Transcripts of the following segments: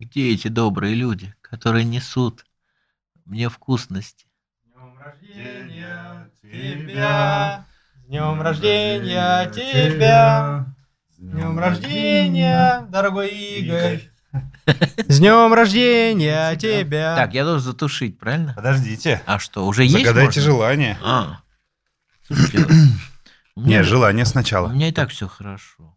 Где эти добрые люди, которые несут мне вкусности? С днем рождения тебя! С днем рождения тебя! С днем рождения, дорогой Игорь! С днем рождения тебя! Так, я должен затушить, правильно? Подождите. А что, уже есть? Загадайте можно? желание. Слушайте, у меня- Нет, желание У сначала. меня и так все хорошо.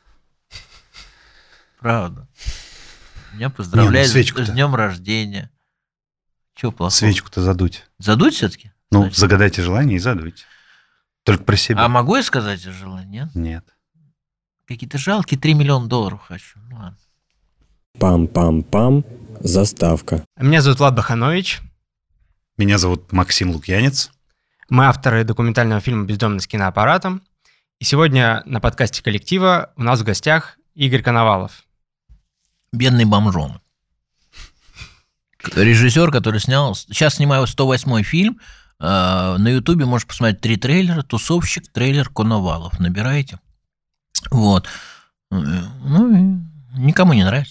Правда. Меня поздравляют свечку-то. с днем рождения. Че плохого? Свечку-то задуть. Задуть все-таки? Ну, загадайте желание и задуйте. Только про себя. А могу я сказать желание? Нет? Нет. Какие-то жалкие $3 миллиона хочу. Ну ладно. Пам-пам-пам. Заставка. Меня зовут Влад Баханович. Меня зовут Максим Лукьянец. Мы авторы документального фильма «Бездомный с киноаппаратом». И сегодня на подкасте коллектива у нас в гостях Игорь Коновалов. Бедный бомжон. Режиссер, который снял... Сейчас снимаю 108-й фильм. На Ютубе можешь посмотреть 3 трейлера. «Тусовщик», трейлер «Коновалов». Набираете. Вот. Ну, и никому не нравится.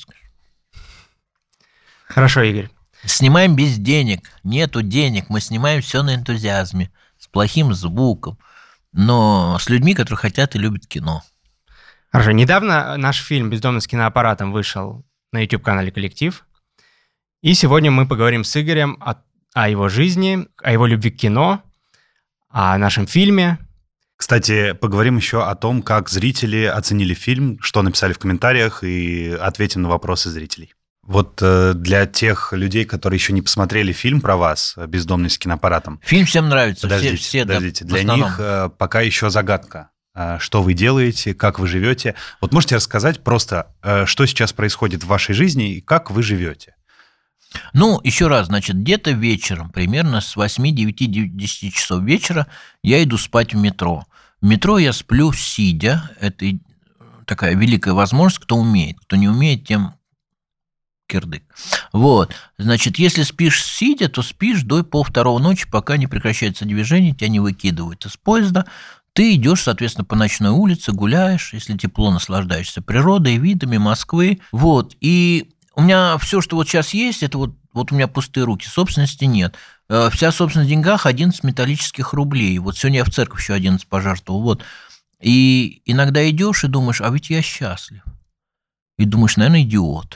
Хорошо, Игорь. Снимаем без денег. Нету денег. Мы снимаем все на энтузиазме. С плохим звуком. Но с людьми, которые хотят и любят кино. Хорошо. Недавно наш фильм «Бездомный с киноаппаратом» вышел на YouTube-канале «Коллектив». И сегодня мы поговорим с Игорем о его жизни, о его любви к кино, о нашем фильме. Кстати, поговорим еще о том, как зрители оценили фильм, что написали в комментариях, и ответим на вопросы зрителей. Вот для тех людей, которые еще не посмотрели фильм про вас, «Бездомный с киноаппаратом». Фильм всем нравится. Подождите. Да, Для них пока еще загадка. Что вы делаете, как вы живете. Вот можете рассказать просто, что сейчас происходит в вашей жизни и как вы живете? Ну, еще раз, значит, где-то вечером, примерно с 8, 9, 10 часов вечера я иду спать в метро. В метро я сплю сидя. Это такая великая возможность, кто умеет. Кто не умеет, тем кирдык. Вот. Значит, если спишь сидя, то спишь до 1:30 ночи, пока не прекращается движение, тебя не выкидывают из поезда. Ты идешь, соответственно, по ночной улице, гуляешь, если тепло, наслаждаешься природой, видами Москвы. Вот. И у меня все, что вот сейчас есть, это вот у меня пустые руки, собственности нет. Вся собственность в деньгах 11 металлических рублей. Вот сегодня я в церковь еще 11 пожертвовал. Вот. И иногда идешь и думаешь, а ведь я счастлив. И думаешь, наверное, идиот.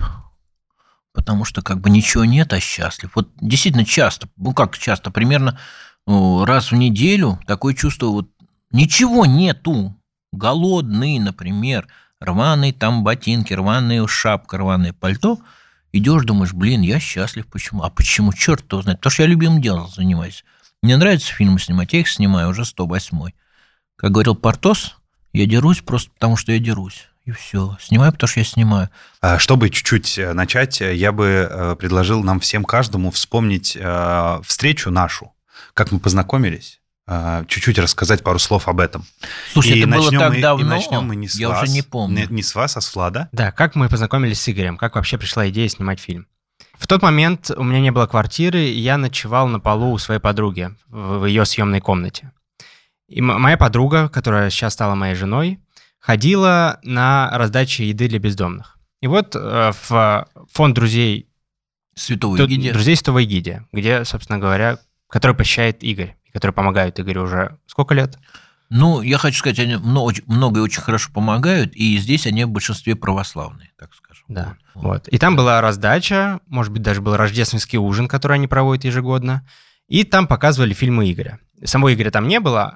Потому что как бы ничего нет, а счастлив. Вот действительно часто, ну как часто, примерно раз в неделю такое чувство, вот ничего нету. Голодный, например, рваные там ботинки, рваная шапка, рваное пальто. Идешь, думаешь, блин, я счастлив. Почему? А почему? Черт его знает. Потому что я любимым делом занимаюсь. Мне нравится фильмы снимать, я их снимаю уже 108-й. Как говорил Портос, я дерусь просто потому, что я дерусь. И все. Снимаю, потому что я снимаю. Чтобы чуть-чуть начать, я бы предложил нам всем, каждому вспомнить встречу нашу, как мы познакомились. Чуть-чуть рассказать пару слов об этом. Слушай, это было так давно, и начнем мы не с я вас, уже не помню. Не с вас, а с Влада. Да, как мы познакомились с Игорем, как вообще пришла идея снимать фильм. В тот момент у меня не было квартиры, и я ночевал на полу у своей подруги в ее съемной комнате. И моя подруга, которая сейчас стала моей женой, ходила на раздачу еды для бездомных. И вот в фонд друзей Святого Эгидия. Друзей Святого Эгидия, где, собственно говоря, который посещает Игорь, который помогает Игорю уже сколько лет? Ну, я хочу сказать, они много и очень хорошо помогают, и здесь они в большинстве православные, так скажем. Да, вот. И там была раздача, может быть, даже был рождественский ужин, который они проводят ежегодно, и там показывали фильмы Игоря. Самого Игоря там не было,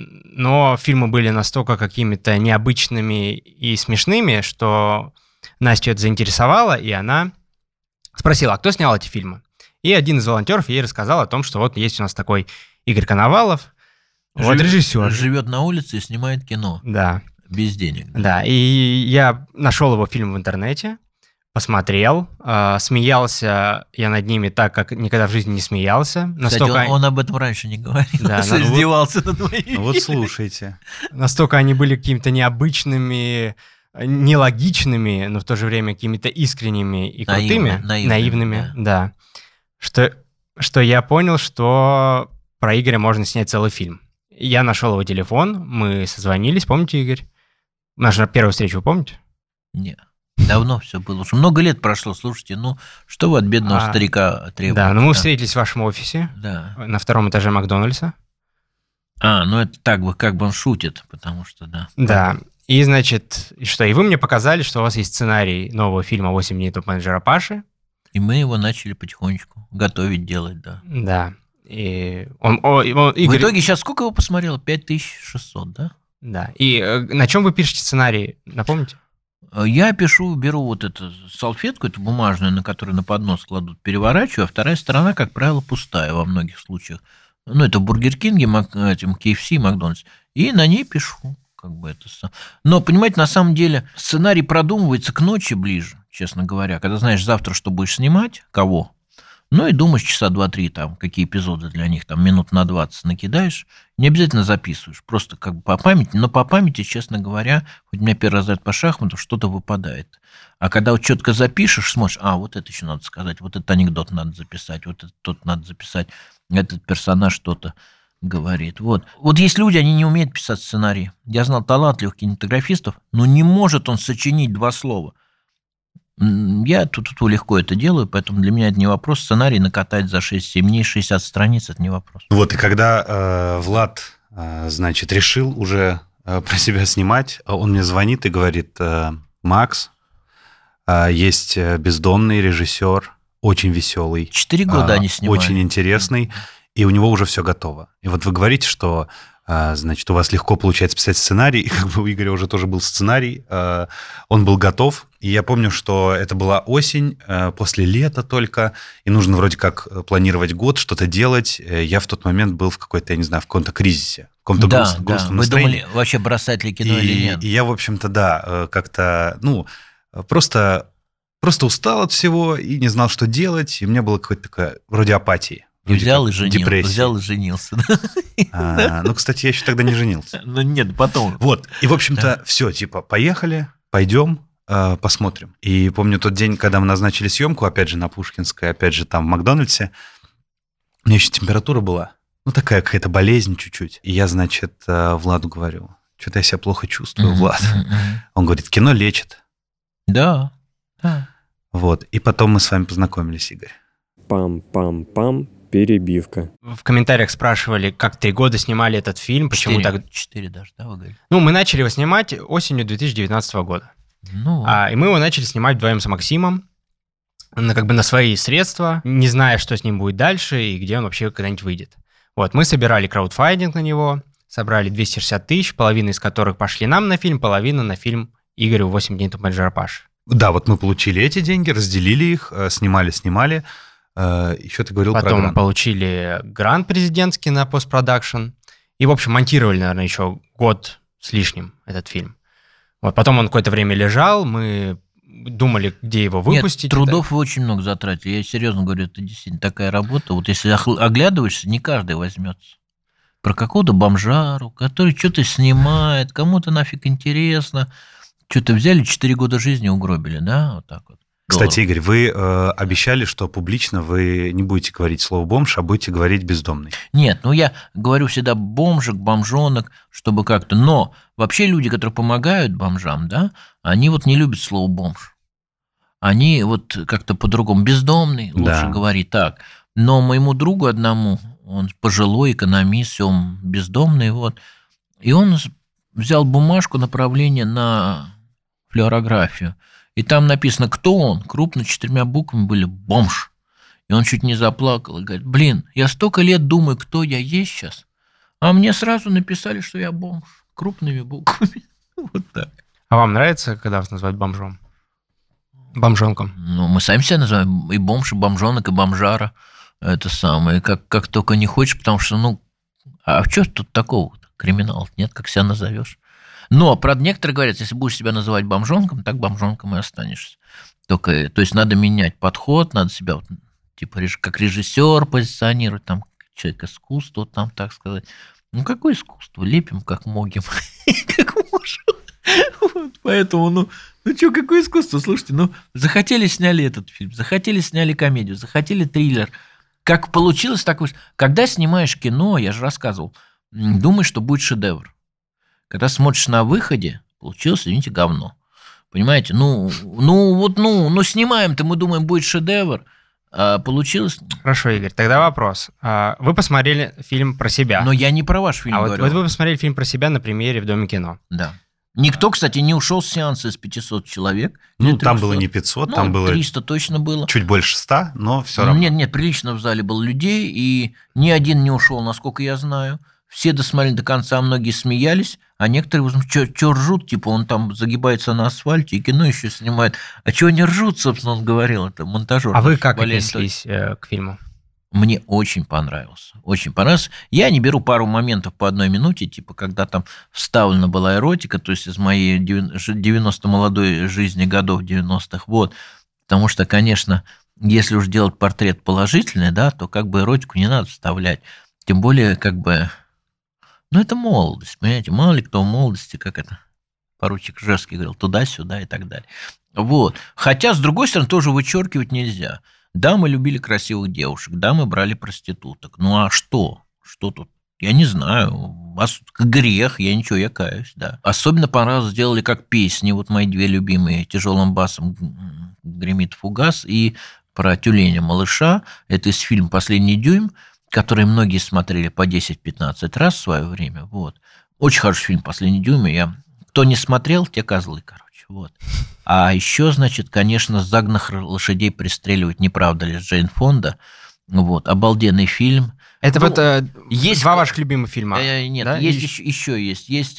но фильмы были настолько какими-то необычными и смешными, что Настю это заинтересовало, и она спросила, а кто снял эти фильмы? И один из волонтеров ей рассказал о том, что вот есть у нас такой Игорь Коновалов, вот режиссер. Живет на улице и снимает кино. Да. Без денег. Да, и я нашел его фильм в интернете, посмотрел, смеялся я над ними так, как никогда в жизни не смеялся. Кстати, он об этом раньше не говорил, да, издевался над моими. Вот слушайте. Настолько они были какими-то необычными, нелогичными, но в то же время какими-то искренними и крутыми. Наивными, да. Что я понял, что про Игоря можно снять целый фильм. Я нашел его телефон, мы созвонились, помните, Игорь? Нашу первую встречу вы помните? Нет. Давно все было. Уже много лет прошло. Слушайте, ну, что вы от бедного старика требуете? Да, но мы встретились в вашем офисе на 2-м этаже Макдональдса. Ну это так бы, как бы он шутит, потому что, да. Да, и, значит, и что? И вы мне показали, что у вас есть сценарий нового фильма «8 дней топ-менеджера Паши». И мы его начали потихонечку готовить, делать, да. Да. И В итоге сейчас сколько его посмотрело? 5600, да? Да. И на чем вы пишете сценарий, напомните? Я беру вот эту салфетку, эту бумажную, на которую на поднос кладут, переворачиваю, а вторая сторона, как правило, пустая во многих случаях. Ну, это в Бургер Кинге, KFC, Макдональдс. И на ней пишу. Но, понимаете, на самом деле сценарий продумывается к ночи ближе, честно говоря. Когда знаешь завтра, что будешь снимать, кого, ну и думаешь часа 2-3, там, какие эпизоды для них, там, минут на 20 накидаешь, не обязательно записываешь, просто как бы по памяти, но по памяти, честно говоря, хоть у меня первый раз по шахматам, что-то выпадает. А когда вот четко запишешь, смотришь, вот это еще надо сказать, вот этот анекдот надо записать, вот этот тот надо записать, этот персонаж что-то говорит. Вот есть люди, они не умеют писать сценарии. Я знал талантливых кинематографистов, но не может он сочинить 2 слова. Я тут легко это делаю, поэтому для меня это не вопрос. Сценарий накатать за 6-7 дней, 60 страниц – это не вопрос. Вот, и когда Влад, значит, решил уже про себя снимать, он мне звонит и говорит: Макс, есть бездомный режиссер, очень веселый. 4 года они снимали. Очень интересный, и у него уже все готово. И вот вы говорите, что, значит, у вас легко получается писать сценарий, и как бы у Игоря уже тоже был сценарий, он был готов. И я помню, что это была осень, после лета только, и нужно вроде как планировать год, что-то делать. Я в тот момент был в какой-то, я не знаю, в каком-то кризисе, в каком-то грустном настроении. Вы думали, вообще бросать ли кино или нет? И я, в общем-то, как-то, просто устал от всего и не знал, что делать, и у меня было какое-то такое, вроде апатии. Взял и женился. Ну, кстати, я еще тогда не женился. Ну, нет, потом. Вот, и, в общем-то, все, поехали, пойдем, посмотрим. И помню тот день, когда мы назначили съемку, опять же, на Пушкинской, опять же, там, в Макдональдсе, у меня еще температура была, такая какая-то болезнь чуть-чуть. И я, значит, Владу говорю: что-то я себя плохо чувствую, Влад. Он говорит: кино лечит. Да. Вот, и потом мы с вами познакомились, Игорь. Пам-пам-пам, перебивка. В комментариях спрашивали, как 3 года снимали этот фильм, почему 4 даже, да, вы говорите? Мы начали его снимать осенью 2019 года. И мы его начали снимать вдвоем с Максимом, на свои средства, не зная, что с ним будет дальше и где он вообще когда-нибудь выйдет. Вот, мы собирали краудфандинг на него, собрали 260 тысяч, половина из которых пошли нам на фильм, половина на фильм Игорю «8 дней топ-менеджера Паши». Да, вот мы получили эти деньги, разделили их, снимали. Еще ты говорил про грант. Потом получили грант президентский на постпродакшн. И, в общем, монтировали, наверное, еще год с лишним этот фильм. Вот, потом он какое-то время лежал, мы думали, где его выпустить. Нет, трудов вы очень много затратили. Я серьезно говорю, это действительно такая работа. Вот если оглядываешься, не каждый возьмется. Про какого-то бомжару, который что-то снимает, кому-то нафиг интересно. Что-то взяли, 4 года жизни угробили, да? Вот так вот. Кстати, Игорь, вы обещали, что публично вы не будете говорить слово «бомж», а будете говорить «бездомный». Нет, я говорю всегда бомжик, бомжонок, чтобы как-то... Но вообще люди, которые помогают бомжам, да, они вот не любят слово «бомж». Они вот как-то по-другому. Бездомный, лучше говорить так. Но моему другу одному, он пожилой экономист, он бездомный, вот, и он взял бумажку направления на флюорографию. И там написано, кто он, крупно 4 буквами были «бомж». И он чуть не заплакал и говорит: я столько лет думаю, кто я есть сейчас, а мне сразу написали, что я бомж, крупными буквами. Вот так. А вам нравится, когда вас называют бомжом? Бомжонком? Мы сами себя называем и бомж, и бомжонок, и бомжара. Это самое, как только не хочешь, потому что, а что тут такого? Криминала нет, как себя назовешь. Но, правда, некоторые говорят, если будешь себя называть бомжонком, так бомжонком и останешься. То есть надо менять подход, надо себя как режиссер позиционировать, там, человек искусства, там, так сказать. Какое искусство? Лепим, как могим, как можем. Вот, поэтому, какое искусство? Слушайте, захотели, сняли этот фильм, захотели, сняли комедию, захотели триллер. Как получилось, так вышло. Когда снимаешь кино, я же рассказывал, думаешь, что будет шедевр. Когда смотришь на выходе, получилось, извините, говно. Понимаете? Ну, снимаем-то, мы думаем, будет шедевр, а получилось... Хорошо, Игорь, тогда вопрос. Вы посмотрели фильм про себя. Но я не про ваш фильм говорю. Вот вы посмотрели фильм про себя на премьере в Доме кино. Да. Никто, кстати, не ушел с сеанса из 500 человек. Ну, там было не 500, там было 300 точно было. Чуть больше 100, но все равно. Нет, прилично в зале было людей, и ни один не ушел, насколько я знаю. Все досмотрели до конца, многие смеялись, а некоторые, что ржут, типа он там загибается на асфальте и кино еще снимает. А чего они ржут, собственно, он говорил, это монтажер. А вы как отнеслись к фильму? Мне очень понравился. Очень понравился. Я не беру пару моментов по 1 минуте, типа, когда там вставлена была эротика, то есть из моей 90 молодой жизни годов 90-х, вот. Потому что, конечно, если уж делать портрет положительный, да, то как бы эротику не надо вставлять. Тем более, как бы, это молодость, понимаете? Мало ли кто в молодости, как это поручик Жевский говорил, туда-сюда и так далее. Вот. Хотя, с другой стороны, тоже вычеркивать нельзя. Да, мы любили красивых девушек, да, мы брали проституток. Ну, а что? Что тут? Я не знаю. Грех, я каюсь, да. Особенно понравилось, сделали как песни, вот мои 2 любимые, тяжелым басом гремит фугас, и про тюленя малыша. Это из фильма «Последний дюйм», который многие смотрели по 10-15 раз в свое время. Вот. Очень хороший фильм «Последний дюйм». Кто не смотрел, те козлы, короче. Вот. А еще, значит, конечно, загнанных лошадей пристреливать, не правда ли, Джейн Фонда. Вот. Обалденный фильм. Это есть 2 ваших любимых фильма? Нет, да? еще есть. Есть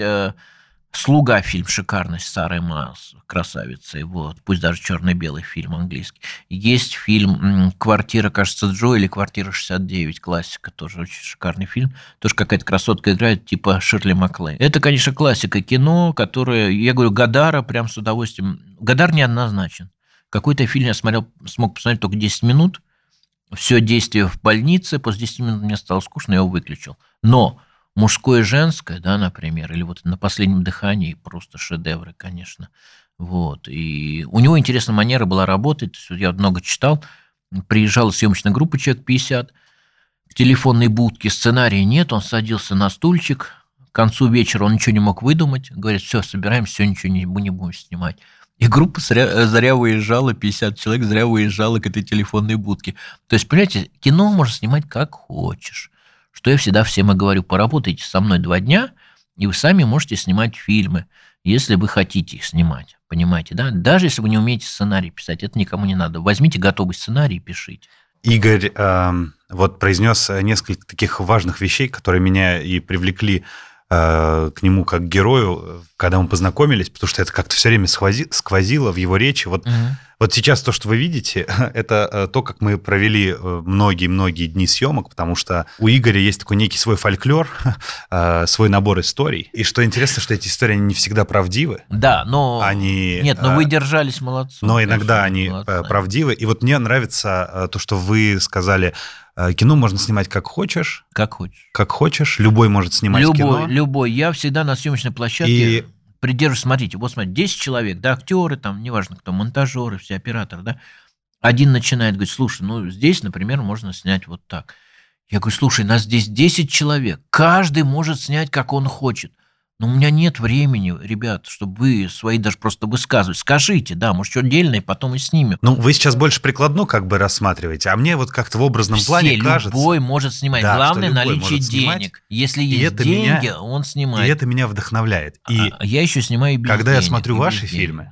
«Слуга» фильм шикарный с Сарой Майлз, красавицей. Вот. Пусть даже черно-белый фильм английский. Есть фильм «Квартира, кажется, Джо» или «Квартира 69», классика, тоже очень шикарный фильм. Тоже какая-то красотка играет, типа Ширли Маклейн. Это, конечно, классика кино, которое, я говорю, Годара прям с удовольствием. Годар неоднозначен. Какой-то фильм я смог посмотреть только 10 минут. Все действие в больнице. После 10 минут мне стало скучно, я его выключил. Но мужское и женское, да, например, или вот «На последнем дыхании» просто шедевры, конечно. Вот. И у него интересная манера была работать. Я много читал. Приезжала съемочная группа, человек 50, к телефонной будке, сценария нет, он садился на стульчик. К концу вечера он ничего не мог выдумать. Говорит, все, собираемся, все, ничего не будем снимать. И группа зря выезжала, 50 человек зря выезжала к этой телефонной будке. То есть, понимаете, кино можно снимать как хочешь. Что я всегда всем и говорю, поработайте со мной 2 дня, и вы сами можете снимать фильмы, если вы хотите их снимать. Понимаете, да? Даже если вы не умеете сценарий писать, это никому не надо. Возьмите готовый сценарий и пишите. Игорь вот произнес несколько таких важных вещей, которые меня и привлекли к нему как к герою, когда мы познакомились, потому что это как-то все время сквозило в его речи. Вот сейчас то, что вы видите, это то, как мы провели многие-многие дни съемок, потому что у Игоря есть такой некий свой фольклор, свой набор историй. И что интересно, что эти истории не всегда правдивы. Да, но... Нет, но вы держались молодцом. Но иногда они правдивы. И вот мне нравится то, что вы сказали... Кино можно снимать как хочешь. Как хочешь. Как хочешь. Любой может снимать кино. Любой. Я всегда на съемочной площадке придерживаюсь. Смотрите, 10 человек, да, актеры, там, неважно кто, монтажеры, все операторы, да. Один начинает говорить, слушай, здесь, например, можно снять вот так. Я говорю, слушай, нас здесь 10 человек. Каждый может снять, как он хочет. Но у меня нет времени, ребят, чтобы вы свои даже просто высказывать. Скажите, да, может, что отдельное, потом и снимем. Вы сейчас больше прикладно как бы рассматриваете, а мне вот как-то в образном плане кажется... Любой может снимать. Да, главное наличие денег. Если есть деньги, он снимает. И это меня вдохновляет. И я еще снимаю без когда денег. Я смотрю ваши фильмы,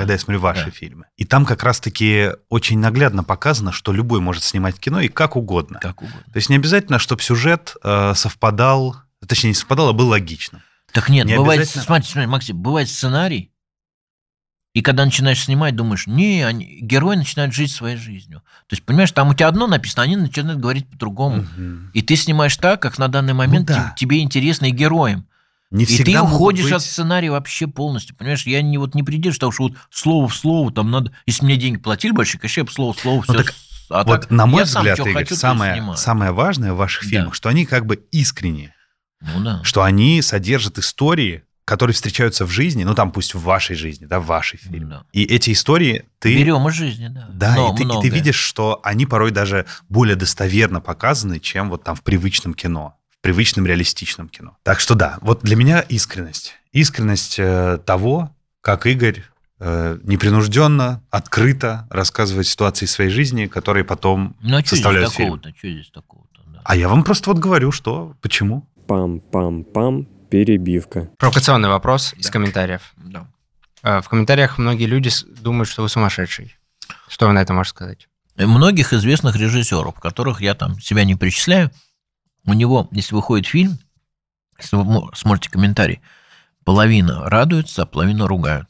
и там как раз-таки очень наглядно показано, что любой может снимать кино и как угодно. То есть не обязательно, чтобы сюжет совпадал, точнее, не совпадал, а был логичным. Так нет, бывает, смотри, Максим, бывает сценарий, и когда начинаешь снимать, думаешь, герои начинают жить своей жизнью. То есть, понимаешь, там у тебя одно написано, они начинают говорить по-другому. Угу. И ты снимаешь так, как на данный момент тебе интересно и героям. Не и ты уходишь от сценария вообще полностью. Понимаешь, я не придерживаюсь того, что вот слово в слово, там надо, если мне деньги платили большие, конечно, я бы слово в слово все... Вот на мой взгляд, Игорь, самое важное в ваших фильмах, что они как бы искренние. Что они содержат истории, которые встречаются в жизни, там пусть в вашей жизни, да, в вашей фильме. Да. И эти истории ты... Берем из жизни, да. Да, и ты видишь, что они порой даже более достоверно показаны, чем вот там в привычном кино, в привычном реалистичном кино. Так что да, вот для меня искренность. Искренность того, как Игорь непринужденно, открыто рассказывать ситуации своей жизни, которые потом составляют фильм. Что здесь такого-то? Да. А я вам просто вот говорю, что, почему. Пам-пам-пам, перебивка. Провокационный вопрос из комментариев. Да. В комментариях многие люди думают, что вы сумасшедший. Что вы на это можете сказать? Многих известных режиссеров, которых я там себя не причисляю, у него, если выходит фильм, если вы смотрите комментарий, половина радуется, а половина ругают.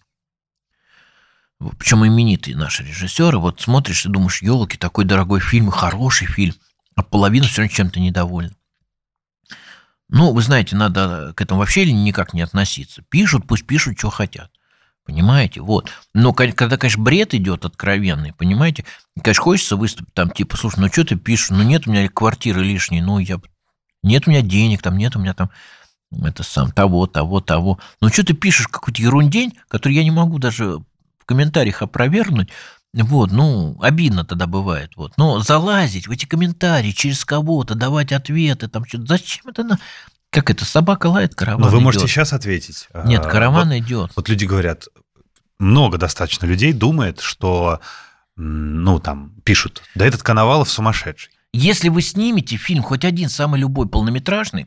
Причем именитые наши режиссеры. Вот смотришь и думаешь, елки, такой дорогой фильм, хороший фильм, а половина все равно чем-то недовольна. Ну, вы знаете, надо к этому вообще никак не относиться. Пишут, пусть пишут, что хотят. Понимаете? Вот. Но когда, конечно, бред идет откровенный, понимаете, конечно, хочется выступить там, типа, слушай, ну что ты пишешь? Ну нет у меня квартиры лишней, нет у меня денег, там нет у меня там того. Ну что ты пишешь какую-то ерундень, которую я не могу даже в комментариях опровергнуть. Вот, ну, обидно тогда бывает. Вот. Но залазить в эти комментарии через кого-то, давать ответы, там что-то, зачем это? Как это, собака лает, караван идет. Но вы можете сейчас ответить. Нет, караван идет. Вот люди говорят, много достаточно людей думает, что, ну, там, пишут, да этот Коновалов сумасшедший. Если вы снимете фильм хоть один, самый любой, полнометражный,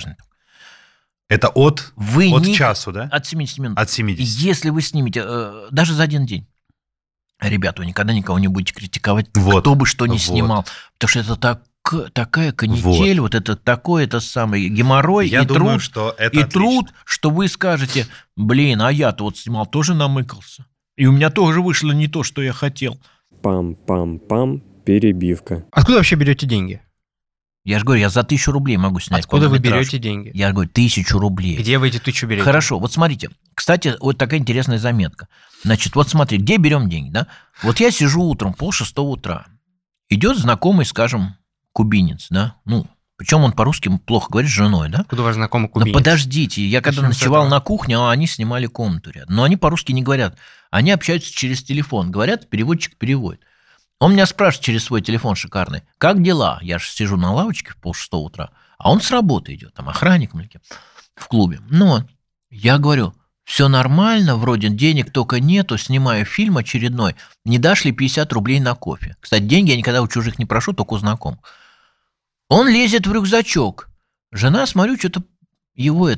это от часу, да? От 70 минут. От 70. Если вы снимете даже за один день, ребята, вы никогда никого не будете критиковать, вот, кто бы что ни снимал, потому что это такая канитель, вот это такой, это самый геморрой я и думаю, труд, что это и отлично. Труд, что вы скажете, блин, а я-то вот снимал, тоже намыкался, и у меня тоже вышло не то, что я хотел. Пам-пам-пам, перебивка. Откуда вообще берете деньги? Я же говорю, я за 1000 рублей могу снять. Откуда вы берете деньги? Я говорю, 1000 рублей. Где вы эти 1000 берете? Хорошо, вот смотрите. Кстати, вот такая интересная заметка. Значит, вот смотри, где берем деньги, да? Вот я сижу утром, 5:30 утра. Идет знакомый, скажем, кубинец, да? Ну, причем он по-русски плохо говорит с женой, да? Откуда ваш знакомый кубинец? Ну, подождите, я когда ночевал на кухне, они снимали комнату рядом. Но они по-русски не говорят. Они общаются через телефон. Говорят, переводчик переводит. Он меня спрашивает через свой телефон шикарный, как дела? Я же сижу на лавочке в 5:30 утра, а он с работы идет, там охранник в клубе. Но я говорю, все нормально, вроде денег только нету, снимаю фильм очередной, не дашь ли 50 рублей на кофе? Кстати, деньги я никогда у чужих не прошу, только у знакомых. Он лезет в рюкзачок. Жена, смотрю, что-то его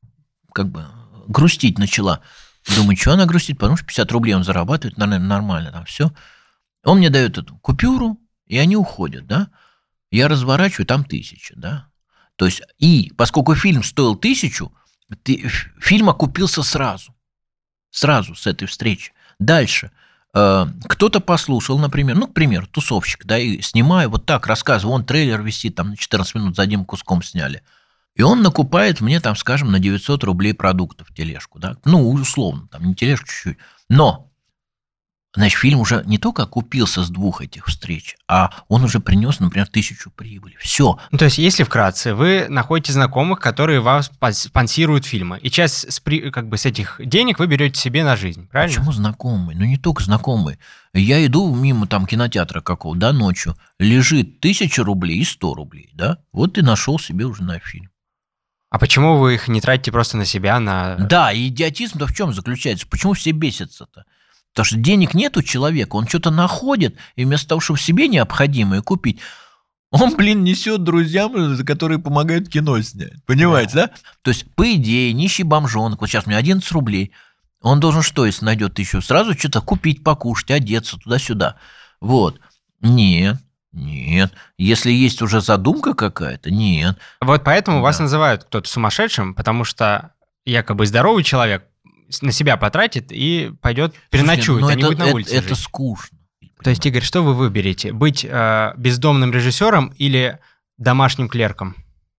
грустить начала. Думаю, что она грустит, потому что 50 рублей он зарабатывает, наверное, нормально там все. Он мне дает эту купюру, и они уходят, да? Я разворачиваю, там 1000, да? То есть, и поскольку фильм стоил 1000, фильм окупился сразу. Сразу с этой встречи. Дальше. Кто-то послушал, например, к примеру, тусовщик, да, и снимаю, вот так рассказываю, вон трейлер висит, там на 14 минут за одним куском сняли. И он накупает мне, там, скажем, на 900 рублей продуктов тележку, да? Ну, условно, там, не тележку чуть-чуть. Но значит, фильм уже не только окупился с 2 этих встреч, а он уже принес, например, 1000 прибыли. Все. Ну, то есть, если вкратце, вы находите знакомых, которые вас спонсируют фильмы, и часть с этих денег вы берете себе на жизнь, правильно? Почему знакомые? Ну, не только знакомые. Я иду мимо там кинотеатра какого-то, да, ночью, лежит 1000 рублей и 100 рублей, да, вот и нашел себе уже на фильм. А почему вы их не тратите просто на себя, Да, и идиотизм-то в чем заключается? Почему все бесятся-то? Потому что денег нет у человека, он что-то находит, и вместо того, чтобы себе необходимое купить, он, несет друзьям, которые помогают кино снять. Понимаете, да? То есть, по идее, нищий бомжонок, вот сейчас у меня 11 рублей, он должен что, если найдет 1000, сразу что-то купить, покушать, одеться туда-сюда. Вот. Нет. Если есть уже задумка какая-то, нет. Вот поэтому вас называют кто-то сумасшедшим, потому что якобы здоровый человек на себя потратит и пойдет переночует, а не будет на улице это жить. скучно. То есть, Игорь, что вы выберете? Быть бездомным режиссером или домашним клерком?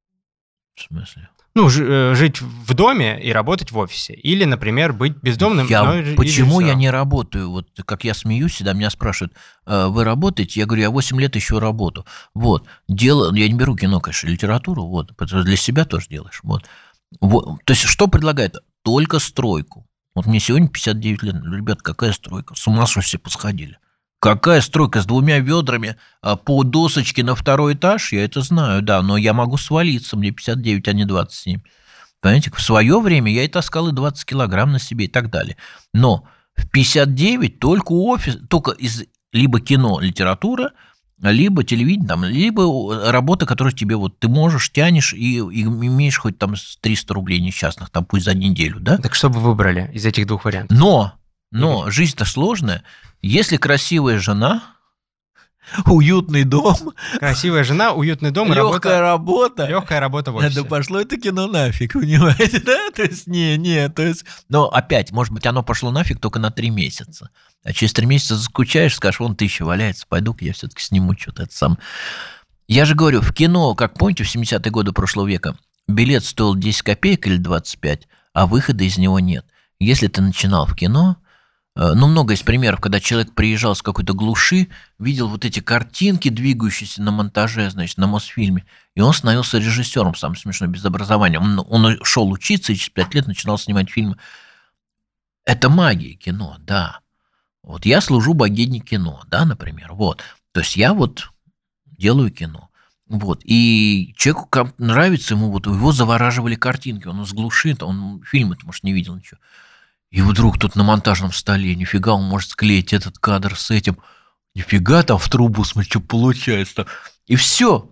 В смысле? Ну, жить в доме и работать в офисе. Или, например, быть бездомным, Почему я не работаю? Вот как я смеюсь, всегда меня спрашивают, вы работаете? Я говорю, я 8 лет ищу работу. Вот. Я не беру кино, конечно, литературу, вот. Для себя тоже делаешь. Вот. То есть, что предлагает? Только стройку. Вот мне сегодня 59 лет. Ребят, какая стройка? С ума все посходили. Какая стройка с 2 ведрами по досочке на 2-й этаж? Я это знаю, да, но я могу свалиться. Мне 59, а не 27. Понимаете, в свое время я и таскал и 20 килограмм на себе и так далее. Но В 59 только из либо кино, литература, либо телевидение, там, либо работа, которую тебе вот ты можешь, тянешь и имеешь хоть там 300 рублей несчастных, там пусть за неделю, да? Так что бы вы выбрали из этих двух вариантов? Но жизнь-то сложная. Если красивая жена, уютный дом, Красивая жена, уютный дом и легкая работа. Легкая работа в офисе. Да пошло это кино нафиг, понимаете, да? То есть, то есть... Но опять, может быть, оно пошло нафиг только на 3 месяца. А через 3 месяца заскучаешь, скажешь, вон 1000 валяется, пойду-ка я все-таки сниму что-то это сам. Я же говорю, в кино, как помните, в 70-е годы прошлого века билет стоил 10 копеек или 25, а выхода из него нет. Если ты начинал в кино... много есть примеров, когда человек приезжал с какой-то глуши, видел вот эти картинки, двигающиеся на монтаже, значит, на Мосфильме, и он становился режиссером, самое смешное, без образования. Он шел учиться и через 5 лет начинал снимать фильмы. Это магия кино, да. Вот я служу богине кино, да, например. Вот. То есть я вот делаю кино. Вот. И человеку нравится, его завораживали картинки, он из глуши, он фильмы-то, может, не видел ничего. И вдруг тут на монтажном столе, нифига, он может склеить этот кадр с этим, нифига там в трубу, смотри, что получается. И все,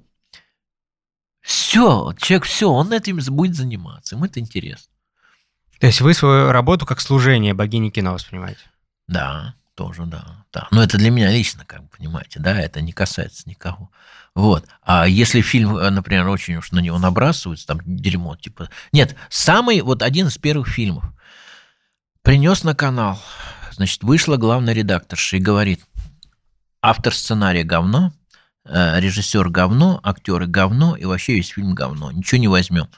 человек, он этим будет заниматься, ему это интересно. То есть вы свою работу как служение богини кино воспринимаете? Да, тоже, да. Но это для меня лично, как бы, понимаете, да, это не касается никого. Вот. А если фильм, например, очень уж на него набрасывается, там дерьмо, типа... Нет, один из первых фильмов. Принес на канал, значит, вышла главная редакторша и говорит, автор сценария говно, режиссер говно, актеры говно, и вообще весь фильм говно, ничего не возьмем.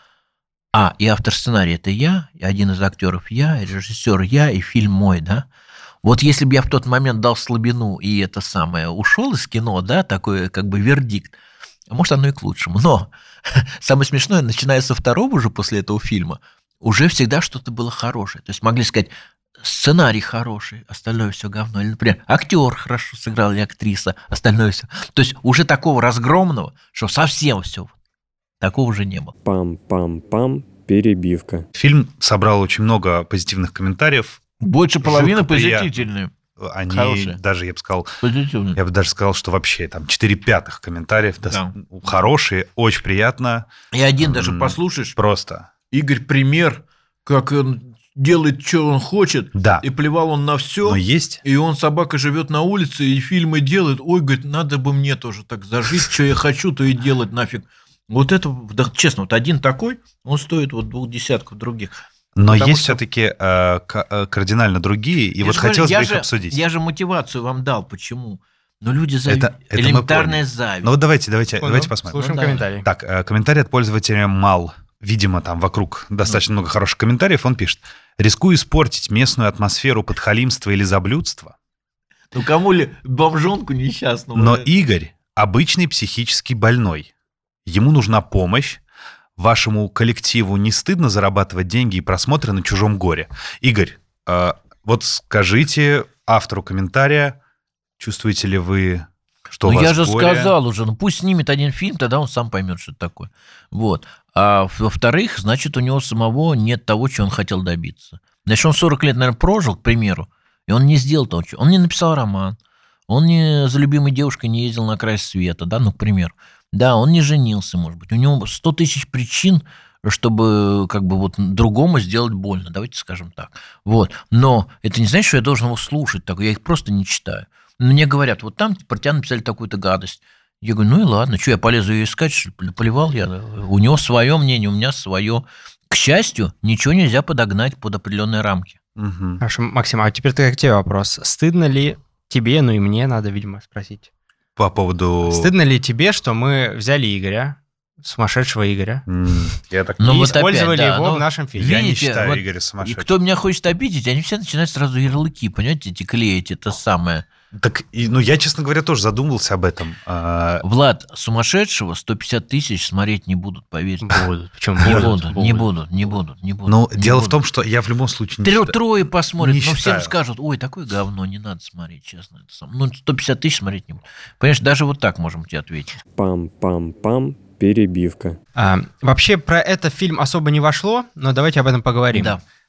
И автор сценария это я, и один из актеров я, и режиссер я, и фильм мой, да. Вот если бы я в тот момент дал слабину и это самое ушел из кино, да, такой как бы вердикт, может, оно и к лучшему. Но самое смешное, начиная со второго уже после этого фильма, уже всегда что-то было хорошее. То есть могли сказать, сценарий хороший, остальное все говно. Или, например, актер хорошо сыграл или актриса, остальное все. То есть уже такого разгромного, что совсем все. Такого уже не было. Пам-пам-пам, перебивка. Фильм собрал очень много позитивных комментариев. Больше половины Жутко позитивные. Они хорошие. даже, я Позитивные. бы даже сказал, что вообще там 4/5 комментариев хорошие, очень приятно. И один даже послушаешь. Просто. Игорь пример, как он делает, что он хочет, Да. и плевал он на все. Но есть. И он, собака, живет на улице, и фильмы делает. Ой, говорит, надо бы мне тоже так зажить, что я хочу, то и делать нафиг. Вот это, да, честно, вот один такой, он стоит вот 2 десятков других. Но Потому есть что... все-таки кардинально другие, и вот хотелось бы их обсудить. Я же мотивацию вам дал, почему? Но люди Это элементарная зависть. Ну вот давайте посмотрим. Слушаем комментарий. Так, комментарий от пользователя Мал. Видимо, там вокруг достаточно много хороших комментариев. Он пишет: рискую испортить местную атмосферу подхалимства или заблюдства. Ну кому ли бомжонку несчастному? Но Игорь обычный психически больной. Ему нужна помощь. Вашему коллективу не стыдно зарабатывать деньги и просмотры на чужом горе? Игорь, вот скажите автору комментария, чувствуете ли вы, что у вас я же горе? сказал уже, пусть снимет один фильм, тогда он сам поймет, что это такое. Вот. А во-вторых, значит, у него самого нет того, чего он хотел добиться. Значит, он 40 лет, наверное, прожил, к примеру, и он не сделал того, чего. Он не написал роман, он не за любимой девушкой не ездил на край света, да, к примеру. Да, он не женился, может быть. У него 100 тысяч причин, чтобы как бы вот другому сделать больно, давайте скажем так. Вот. Но это не значит, что я должен его слушать, так, я их просто не читаю. Мне говорят, вот там про тебя написали такую-то гадость. Я говорю, ну и ладно, что я полезу ее искать, что ли? Поливал я. У него свое мнение, у меня свое. К счастью, ничего нельзя подогнать под определенные рамки. Угу. Хорошо, Максим, а теперь к тебе вопрос. Стыдно ли тебе, ну и мне надо, видимо, спросить. По поводу... Стыдно ли тебе, что мы взяли Игоря, сумасшедшего Игоря, Я так и Ну, вот использовали опять, да, его ну, в нашем фильме? Я не видите, считаю вот Игоря И сумасшедшим. кто меня хочет обидеть, они все начинают сразу ярлыки, понимаете, эти клеить, это самое. Так, я, честно говоря, тоже задумывался об этом. Влад, сумасшедшего 150 тысяч смотреть не будут, поверьте. Будут. Почему? Не будут. Но дело в том, что я в любом случае не считаю. Трое посмотрят, Не но всем считаю. скажут, ой, такое говно, не надо смотреть, честно. Это сам. 150 тысяч смотреть не буду. Понимаешь, даже вот так можем тебе ответить. Пам-пам-пам, перебивка. Вообще про этот фильм особо не вошло, но давайте об этом поговорим. Да.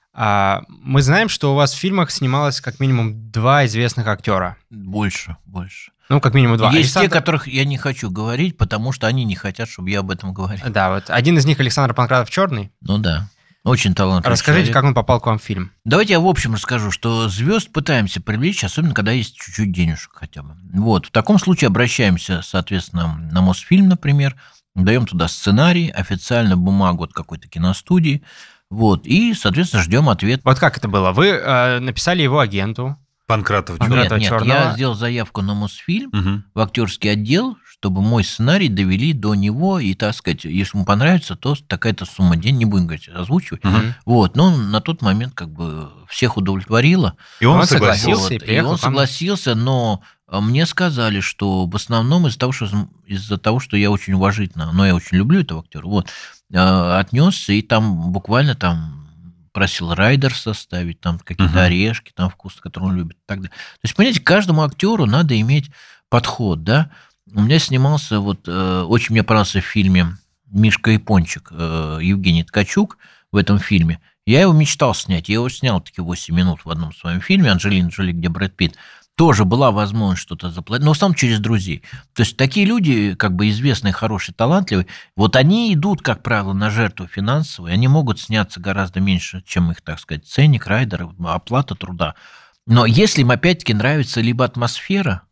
Мы знаем, что у вас в фильмах снималось как минимум 2 известных актера. Больше. Ну, как минимум 2. Есть те, которых я не хочу говорить, потому что они не хотят, чтобы я об этом говорил. Да, вот один из них Александр Панкратов-Черный. Ну да, очень талантливый Расскажите, человек. как он попал к вам в фильм. Давайте я в общем расскажу, что звезд пытаемся привлечь, особенно когда есть чуть-чуть денежек хотя бы. Вот. В таком случае обращаемся, соответственно, на Мосфильм, например, даем туда сценарий, официально бумагу от какой-то киностудии, вот, и, соответственно, ждем ответ. Вот как это было? Вы написали его агенту. Панкратов Панкратова Нет, Черного. я сделал заявку на Мосфильм Мгм. в актерский отдел, чтобы мой сценарий довели до него, и, так сказать, если ему понравится, то такая-то сумма денег, не будем говорить, озвучивать. Мгм. Вот, но на тот момент как бы всех удовлетворило. И он Он согласился. согласился. И Вот, и приехал он к вам. согласился, но мне сказали, что в основном из-за того, что я очень уважительно, но я очень люблю этого актера, вот, отнесся, и там буквально там просил Райдерса ставить, там какие-то Мгм. орешки, там вкус, который он любит, и так далее. То есть, понимаете, каждому актеру надо иметь подход, да. У меня снимался, вот, очень мне понравился в фильме «Мишка и Пончик» Евгений Ткачук в этом фильме. Я его мечтал снять, я его снял таки 8 минут в одном своем фильме «Анджелина Джоли», где Брэд Питт. Тоже была возможность что-то заплатить, но в основном через друзей. То есть такие люди, как бы известные, хорошие, талантливые, вот они идут, как правило, на жертву финансовую, они могут сняться гораздо меньше, чем их, так сказать, ценник, райдер, оплата труда. Но если им опять-таки нравится либо атмосфера,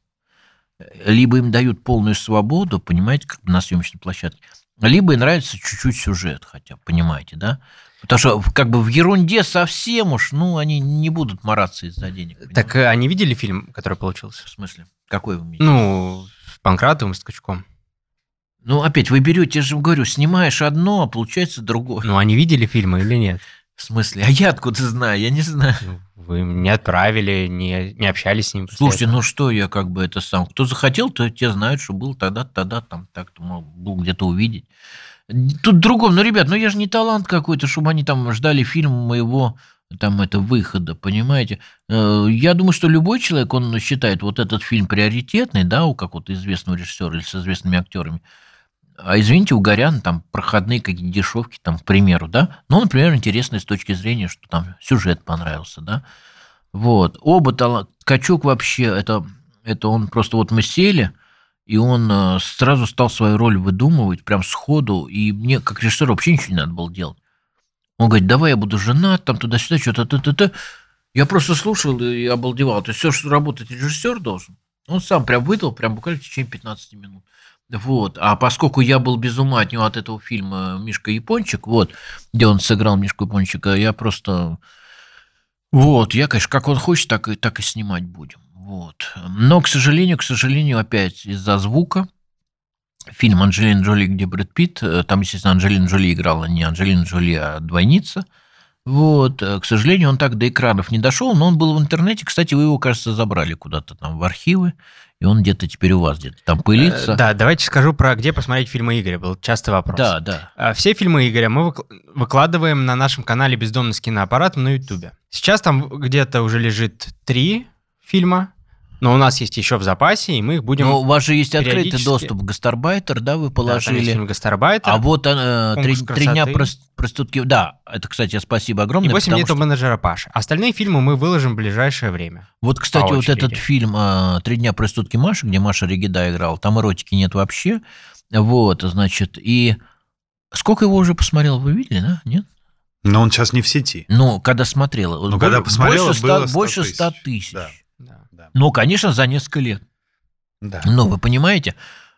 либо им дают полную свободу, понимаете, как бы на съемочной площадке, либо им нравится чуть-чуть сюжет хотя бы, понимаете, да? Потому что как бы в ерунде совсем уж, ну, они не будут мараться из-за денег. Так понимаете? они видели фильм, который получился? В смысле? Какой вы имеете? Ну, с Панкратовым, с Ткачуком. Ну, опять, вы берете, я же говорю, снимаешь одно, а получается другое. Ну, они видели фильмы или нет? В смысле? А я откуда знаю? Я не знаю. Ну, вы не отправили, не общались с ним. после Слушайте, этого? ну что я как бы это сам... Кто захотел, то те знают, что был тогда, там так-то, мол, был где-то увидеть. Тут другом, ну, ребят, ну я же не талант какой-то, чтобы они там ждали фильма моего там это выхода, понимаете? Я думаю, что любой человек, он считает вот этот фильм приоритетный, да, у какого-то известного режиссера или с известными актерами. А извините, у Горяна там проходные какие-то дешевки, там, к примеру, да? Ну, например, интересные с точки зрения, что там сюжет понравился, да? Вот. Оба Ткачук вообще, это он просто вот мы сели, и он сразу стал свою роль выдумывать прям сходу, и мне, как режиссеру, вообще ничего не надо было делать. Он говорит, давай я буду женат, там туда-сюда, что-то, т-т-т. Я просто слушал и обалдевал. То есть все, что работать режиссер должен, он сам прям выдал, прям буквально в течение 15 минут. Вот. А поскольку я был без ума от него, от этого фильма «Мишка и Пончик», вот, где он сыграл Мишку и Пончика, я просто... Вот, я, конечно, как он хочет, так и снимать будем. Вот. Но, к сожалению, опять из-за звука фильм «Анджелина Джоли», где Брэд Питт, там, естественно, Анджелина Джоли играла не Анджелина Джоли, а двойница. Вот. К сожалению, он так до экранов не дошел, но он был в интернете. Кстати, вы его, кажется, забрали куда-то там в архивы, и он где-то теперь у вас где-то там пылится. Да, давайте скажу про где посмотреть фильмы Игоря. Был частый вопрос. Да. Все фильмы Игоря мы выкладываем на нашем канале «Бездомный с киноаппаратом» на Ютубе. Сейчас там где-то уже лежит 3 фильма, но у нас есть еще в запасе, и мы их будем... Но у вас же есть открытый периодически- доступ к «Гастарбайтер», да, вы Да, там есть положили. фильм «Гастарбайтер», А вот «Конкурс «Три дня красоты». проститутки». Да, это, кстати, спасибо и огромное. 8 потому дней что- менеджера Паши. Остальные фильмы мы выложим в ближайшее время. Вот, кстати, по вот очереди. этот фильм «Три дня проститутки Маши», где Маша Регида играла, там эротики нет вообще. Вот, значит, и... Сколько его уже посмотрел, вы видели, да? Нет? Но он сейчас не в сети. Ну, когда смотрела. Ну, когда посмотрела, было 100 больше 100 тысяч. тысяч. Да. Да. Да. Ну, конечно, за несколько лет. Да. Ну, вы понимаете,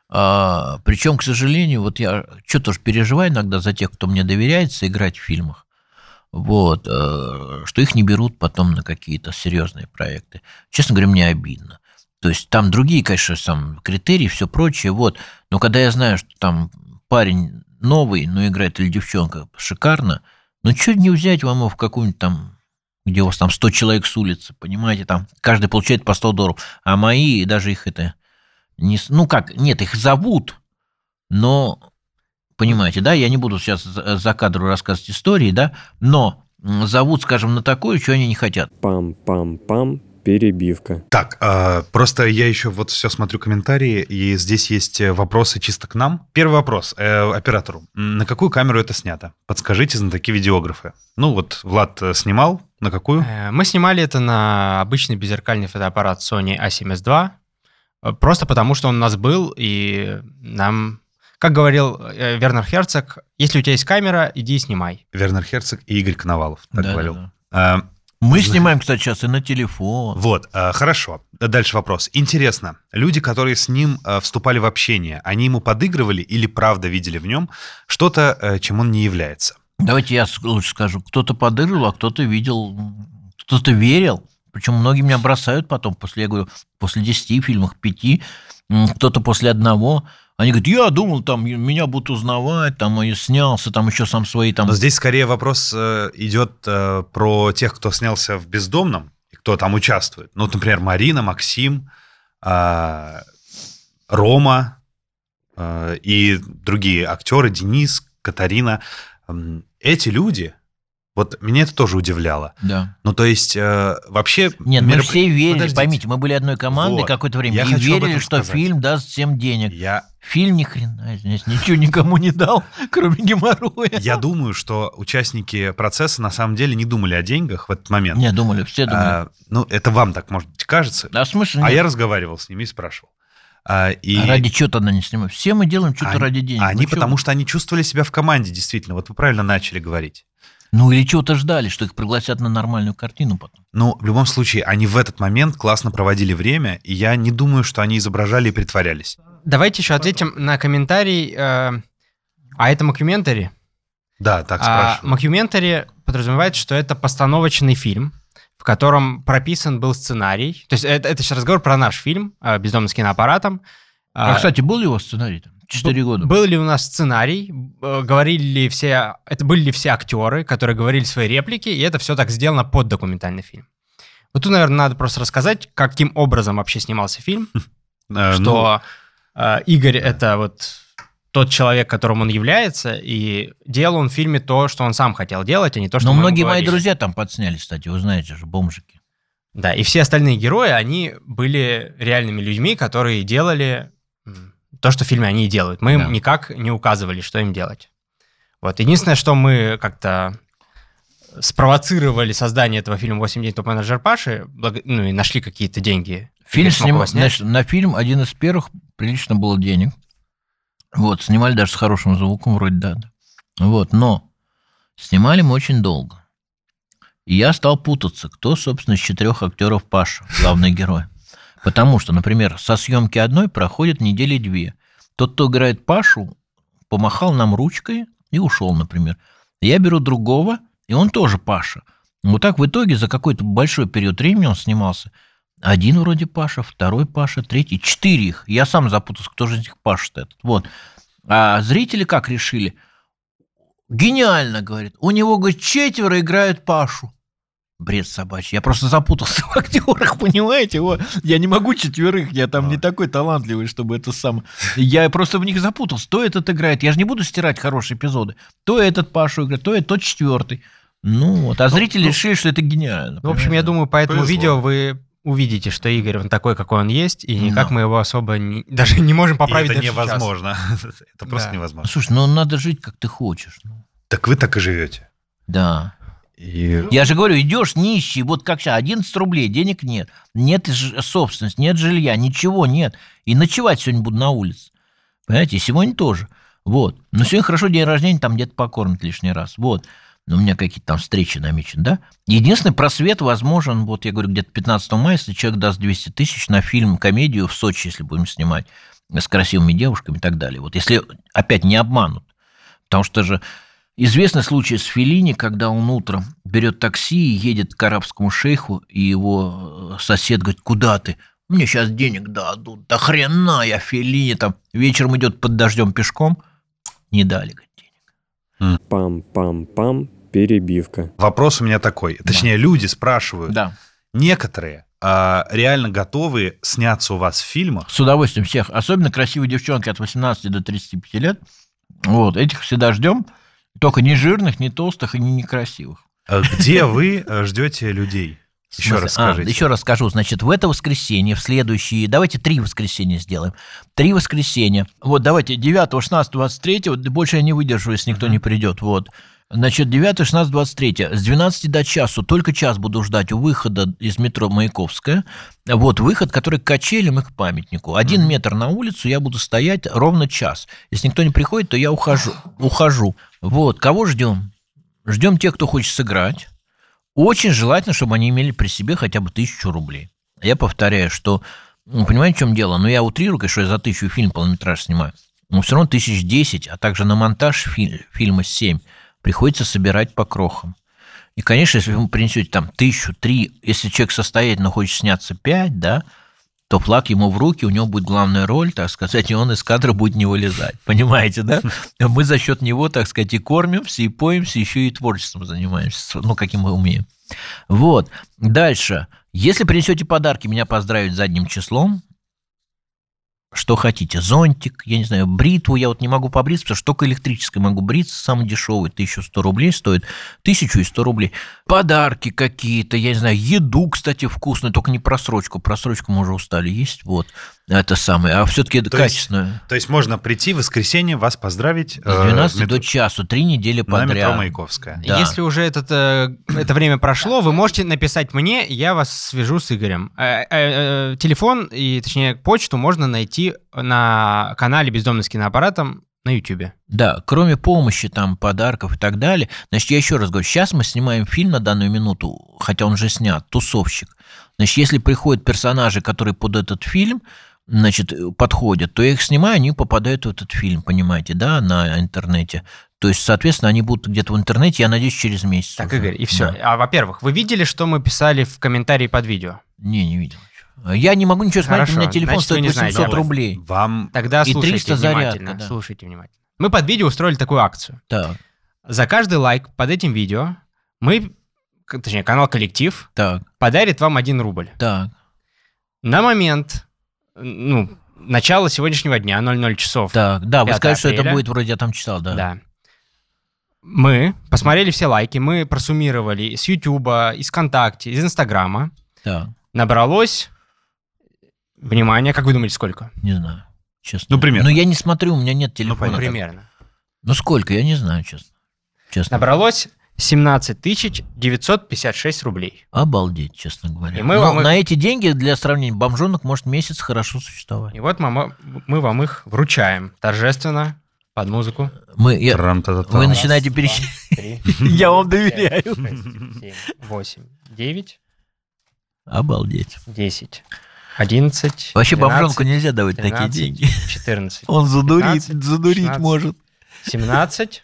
причем, к сожалению, вот я что тоже переживаю иногда за тех, кто мне доверяется играть в фильмах, вот, что их не берут потом на какие-то серьезные проекты. Честно говоря, мне обидно. То есть там другие, конечно, критерии, все прочее, вот. Но когда я знаю, что там парень новый, но играет или девчонка шикарно, ну, что не взять вам его в какую-нибудь там, где у вас там 100 человек с улицы, понимаете, там каждый получает по $100, а мои, даже их это... Ну как, нет, их зовут, но, понимаете, да, я не буду сейчас за кадром рассказывать истории, да, но зовут, скажем, на такое, что они не хотят. Пам-пам-пам, перебивка. Так, просто я еще вот все смотрю комментарии, и здесь есть вопросы чисто к нам. Первый вопрос оператору. На какую камеру это снято? Подскажите, знатоки видеографы. Ну вот Влад снимал, на какую? Мы снимали это на обычный беззеркальный фотоаппарат Sony A7S II, просто потому что он у нас был, и нам... Как говорил Вернер Херцог, если у тебя есть камера, иди и снимай. Вернер Херцог и Игорь Коновалов, так говорил. Да. Мы снимаем, кстати, сейчас и на телефон. Вот, хорошо. Дальше вопрос. Интересно, люди, которые с ним вступали в общение, они ему подыгрывали или правда видели в нем что-то, чем он не является? Давайте я лучше скажу. Кто-то подыгрывал, а кто-то видел, кто-то верил. Причем многие меня бросают потом, я говорю, после 10 фильмов, 5, кто-то после 1. Они говорят, я думал, там меня будут узнавать, там и снялся, там еще сам свои там... Но здесь скорее вопрос идет про тех, кто снялся в «Бездомном», и кто там участвует. Ну, например, Марина, Максим, Рома и другие актеры, Денис, Катарина. Эти люди... Вот меня это тоже удивляло. Да. Ну, то есть, вообще... Нет, мы все верили, Подождите. Поймите, мы были одной командой Вот. какое-то время, Я и хочу об верили, этом что сказать. фильм даст всем денег. Я Фильм ни хрена здесь ничего никому не дал, кроме геморроя. думаю, что участники процесса на самом деле не думали о деньгах в этот момент. Не, думали, все думали. Ну, это вам так, может быть, кажется. Да, смысл А нет. я разговаривал с ними и спрашивал. И А ради чего тогда не снимаем? Все мы делаем что-то ради денег. Они Ну, чё? потому что они чувствовали себя в команде, действительно. Вот вы правильно начали говорить. Ну, или чего-то ждали, что их пригласят на нормальную картину потом. Но в любом случае, они в этот момент классно проводили время, и я не думаю, что они изображали и притворялись. Давайте еще ответим на комментарий. А это мокюментари? Да, так спрашиваю. Мокюментари подразумевает, что это постановочный фильм, в котором прописан был сценарий. То есть это сейчас разговор про наш фильм «Бездомный с киноаппаратом». Кстати, был его сценарий там? 4 года. Был ли у нас сценарий, говорили ли все, это были ли все актеры, которые говорили свои реплики, и это все так сделано под документальный фильм. Вот тут, наверное, надо просто рассказать, каким образом вообще снимался фильм, что Игорь — это вот тот человек, которым он является, и делал он в фильме то, что он сам хотел делать, а не то, что Но мы ему многие мои говорили. друзья там подсняли, кстати, вы знаете же, бомжики. Да, и все остальные герои, они были реальными людьми, которые делали то, что в фильме они и делают. Мы им никак не указывали, что им делать. Вот. Единственное, что мы как-то спровоцировали создание этого фильма «8 дней топ-менеджер Паши», ну и нашли какие-то деньги. Фильм Смог его снять. знаешь, на фильм один из первых прилично было денег. Вот, снимали даже с хорошим звуком, вроде да. Вот, но снимали мы очень долго. И я стал путаться, кто, собственно, из 4 актеров Паша, главный герой. Потому что, например, со съемки одной проходит недели 2. Тот, кто играет Пашу, помахал нам ручкой и ушел, например. Я беру другого, и он тоже Паша. Вот так в итоге за какой-то большой период времени он снимался. Один вроде Паша, второй Паша, третий, 4 их. Я сам запутался, кто же из них Паша-то этот. Вот. А зрители как решили? Гениально, говорит. У него, говорит, 4 играют Пашу. Бред собачий. Я просто запутался в актерах, понимаете? Вот. Я не могу 4, я там не такой талантливый, чтобы это сам... Я просто в них запутался. То этот играет. Я же не буду стирать хорошие эпизоды. То этот Пашу играет, то тот 4. Ну вот. А зрители решили, что это гениально. В общем, я думаю, по этому Повезло. видео вы увидите, что Игорь он такой, какой он есть, и никак мы его особо даже не можем поправить И это даже сейчас. невозможно. Это просто Да. невозможно. Слушай, ну надо жить, как ты хочешь. Так вы так и живете. Да. И... Я же говорю, идешь нищий, вот как сейчас, 11 рублей, денег нет, нет собственности, нет жилья, ничего нет. И ночевать сегодня буду на улице. Понимаете, и сегодня тоже. Вот. Но сегодня хорошо день рождения, там где-то покормят лишний раз. Вот. Но у меня какие-то там встречи намечены, да? Единственный просвет возможен, вот я говорю, где-то 15 мая, если человек даст 200 тысяч на фильм, комедию в Сочи, если будем снимать, с красивыми девушками и так далее. Вот если опять не обманут. Потому что же известный случай с Феллини, когда он утром берет такси и едет к арабскому шейху, и его сосед говорит, куда ты? Мне сейчас денег дадут. Да хрена я, Феллини. Там вечером идет под дождем пешком. Не дали, говорит, денег. Пам-пам-пам, перебивка. Вопрос у меня такой. Точнее, люди спрашивают. Да. Некоторые реально готовы сняться у вас в фильмах. С удовольствием всех. Особенно красивые девчонки от 18 до 35 лет. Вот, этих всегда ждем. Только не жирных, не толстых и не некрасивых. Где вы ждете людей? Еще раз скажите. Еще раз скажу. Значит, в это воскресенье, в следующие... Давайте 3 воскресенья сделаем. 3 воскресенья. Вот, давайте 9, 16, 23. Больше я не выдержу, если никто не придет. Вот. Значит, 9, 16, 23. С 12 до часу. Только час буду ждать у выхода из метро Маяковская. Вот выход, который к качелям и к памятнику. 1 метр на улицу, я буду стоять ровно час. Если никто не приходит, то я ухожу. Вот. Кого ждем? Ждем тех, кто хочет сыграть. Очень желательно, чтобы они имели при себе хотя бы 1000 рублей. Я повторяю, что, понимаете, в чем дело? Ну, я утрирую, конечно, я за 1000 фильм полнометраж снимаю. Но все равно 1010, а также на монтаж фильма 7 приходится собирать по крохам. И, конечно, если вы принесете там 1000, 3, если человек состоятельно хочет сняться 5, да, то флаг ему в руки, у него будет главная роль, так сказать, и он из кадра будет не вылезать. Понимаете, да? Мы за счет него, так сказать, и кормимся, и поемся, еще и творчеством занимаемся, ну, каким мы умеем. Вот. Дальше. Если принесете подарки, меня поздравить задним числом. Что хотите, зонтик, я не знаю, бритву, я вот не могу побриться, потому что только электрической могу бриться, самый дешевый, 1100 рублей стоит, 1100 рублей. Подарки какие-то, я не знаю, еду, кстати, вкусную, только не просрочку мы уже устали есть, вот, это самое, а все-таки это качественное. То есть можно прийти в воскресенье, вас поздравить. С 12 до часу, 3 недели подряд. На метро Маяковская. Да. Если уже это время прошло, вы можете написать мне, я вас свяжу с Игорем. Телефон, и точнее почту можно найти на канале «Бездомный с киноаппаратом» на YouTube. Да, кроме помощи, там, подарков и так далее. Значит, я еще раз говорю, сейчас мы снимаем фильм на данную минуту, хотя он уже снят, «Тусовщик». Значит, если приходят персонажи, которые под этот фильм, значит, подходят, то я их снимаю, они попадают в этот фильм, понимаете, да, на интернете. То есть, соответственно, они будут где-то в интернете, я надеюсь, через месяц. Так, уже. Игорь, и все. Да. А, во-первых, вы видели, что мы писали в комментарии под видео? Не видел. Я не могу ничего смотреть, Хорошо, у меня телефон значит, стоит 800 знаете. рублей. Вам... Тогда и слушайте 300 внимательно. зарядка, да. Слушайте внимательно. Мы под видео устроили такую акцию. Так. За каждый лайк под этим видео точнее, канал «Коллектив» подарит вам 1 рубль. Так. На момент, начала сегодняшнего дня, 00 часов. Так, да, вы сказали, что это апреля. будет, вроде я там читал, да. Да. Мы посмотрели все лайки, мы просуммировали с Ютуба, из ВКонтакте, из Инстаграма. Так. Набралось, внимание, как вы думаете, сколько? Не знаю, честно. Ну, примерно. Но я не смотрю, у меня нет телефона. Примерно. Ну, сколько, я не знаю, честно. Набралось 17 956 рублей. Обалдеть, честно говоря. И мы но вам их... на эти деньги, для сравнения, бомжонок может месяц хорошо существовать. И вот мы вам их вручаем торжественно, под музыку. Вы начинаете пересчитывать. Я вам доверяю. 7, 8, 9. Обалдеть. 10, 11. Вообще 12, бомжонку нельзя давать 13, такие деньги. 14. Он задурить 16, может. 17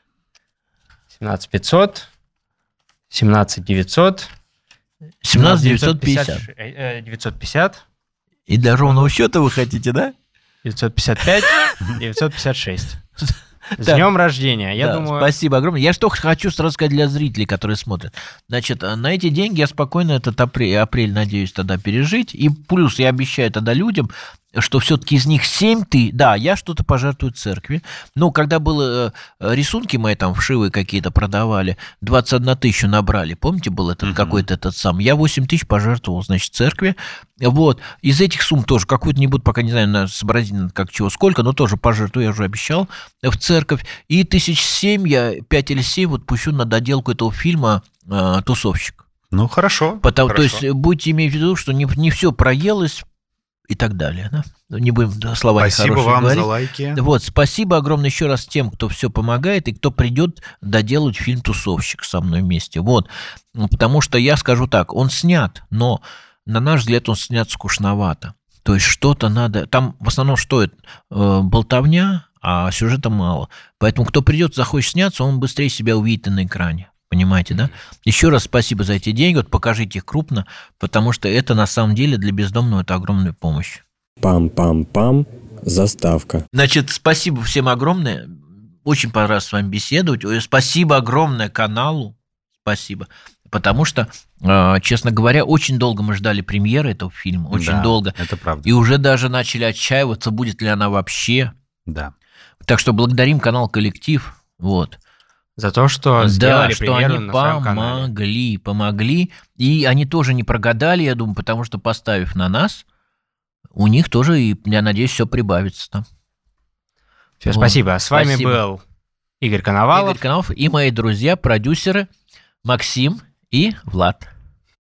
500, 17 900, 17 950. 950. И для ровного счета вы хотите, да? 955, 956. С днем рождения, я думаю... Спасибо огромное. Я что хочу сразу сказать для зрителей, которые смотрят. Значит, на эти деньги я спокойно этот апрель надеюсь тогда пережить. И плюс я обещаю тогда людям, что все-таки из них 7 тысяч... Да, я что-то пожертвую церкви. Но когда было рисунки мои там вшивые какие-то продавали, 21 тысячу набрали. Помните, был этот какой-то этот сам? Я 8 тысяч пожертвовал, значит, церкви. Вот. Из этих сумм тоже какую-то не буду, пока не знаю, сообразить, как чего, сколько, но тоже пожертвую, я уже обещал, в церковь. И 7 тысяч я 5 или 7 вот пущу на доделку этого фильма «Тусовщик». Ну, хорошо. То есть будете иметь в виду, что не все проелось, и так далее. Да? Не будем слова нехорошие говорить. Спасибо вам за лайки. Вот, спасибо огромное еще раз тем, кто все помогает и кто придет доделать фильм «Тусовщик» со мной вместе. Вот. Потому что я скажу так, он снят, но, на наш взгляд, он снят скучновато. То есть что-то надо... Там в основном что это? Болтовня, а сюжета мало. Поэтому кто придет, захочет сняться, он быстрее себя увидит и на экране. Понимаете, да? Еще раз спасибо за эти деньги. Вот покажите их крупно, потому что это на самом деле для бездомного это огромная помощь. Пам-пам-пам. Заставка. Значит, спасибо всем огромное. Очень понравилось с вами беседовать. Спасибо огромное каналу. Спасибо. Потому что, честно говоря, очень долго мы ждали премьеры этого фильма. Очень долго. Это правда. И уже даже начали отчаиваться, будет ли она вообще. Да. Так что благодарим канал «Коллектив». Вот. За то, что сделали что премьеру они на своем канале. помогли. И они тоже не прогадали, я думаю, потому что, поставив на нас, у них тоже, и, я надеюсь, все прибавится там. Все, Вот. спасибо. С вами Спасибо. был Игорь Коновалов. Игорь Коновалов и мои друзья, продюсеры Максим и Влад.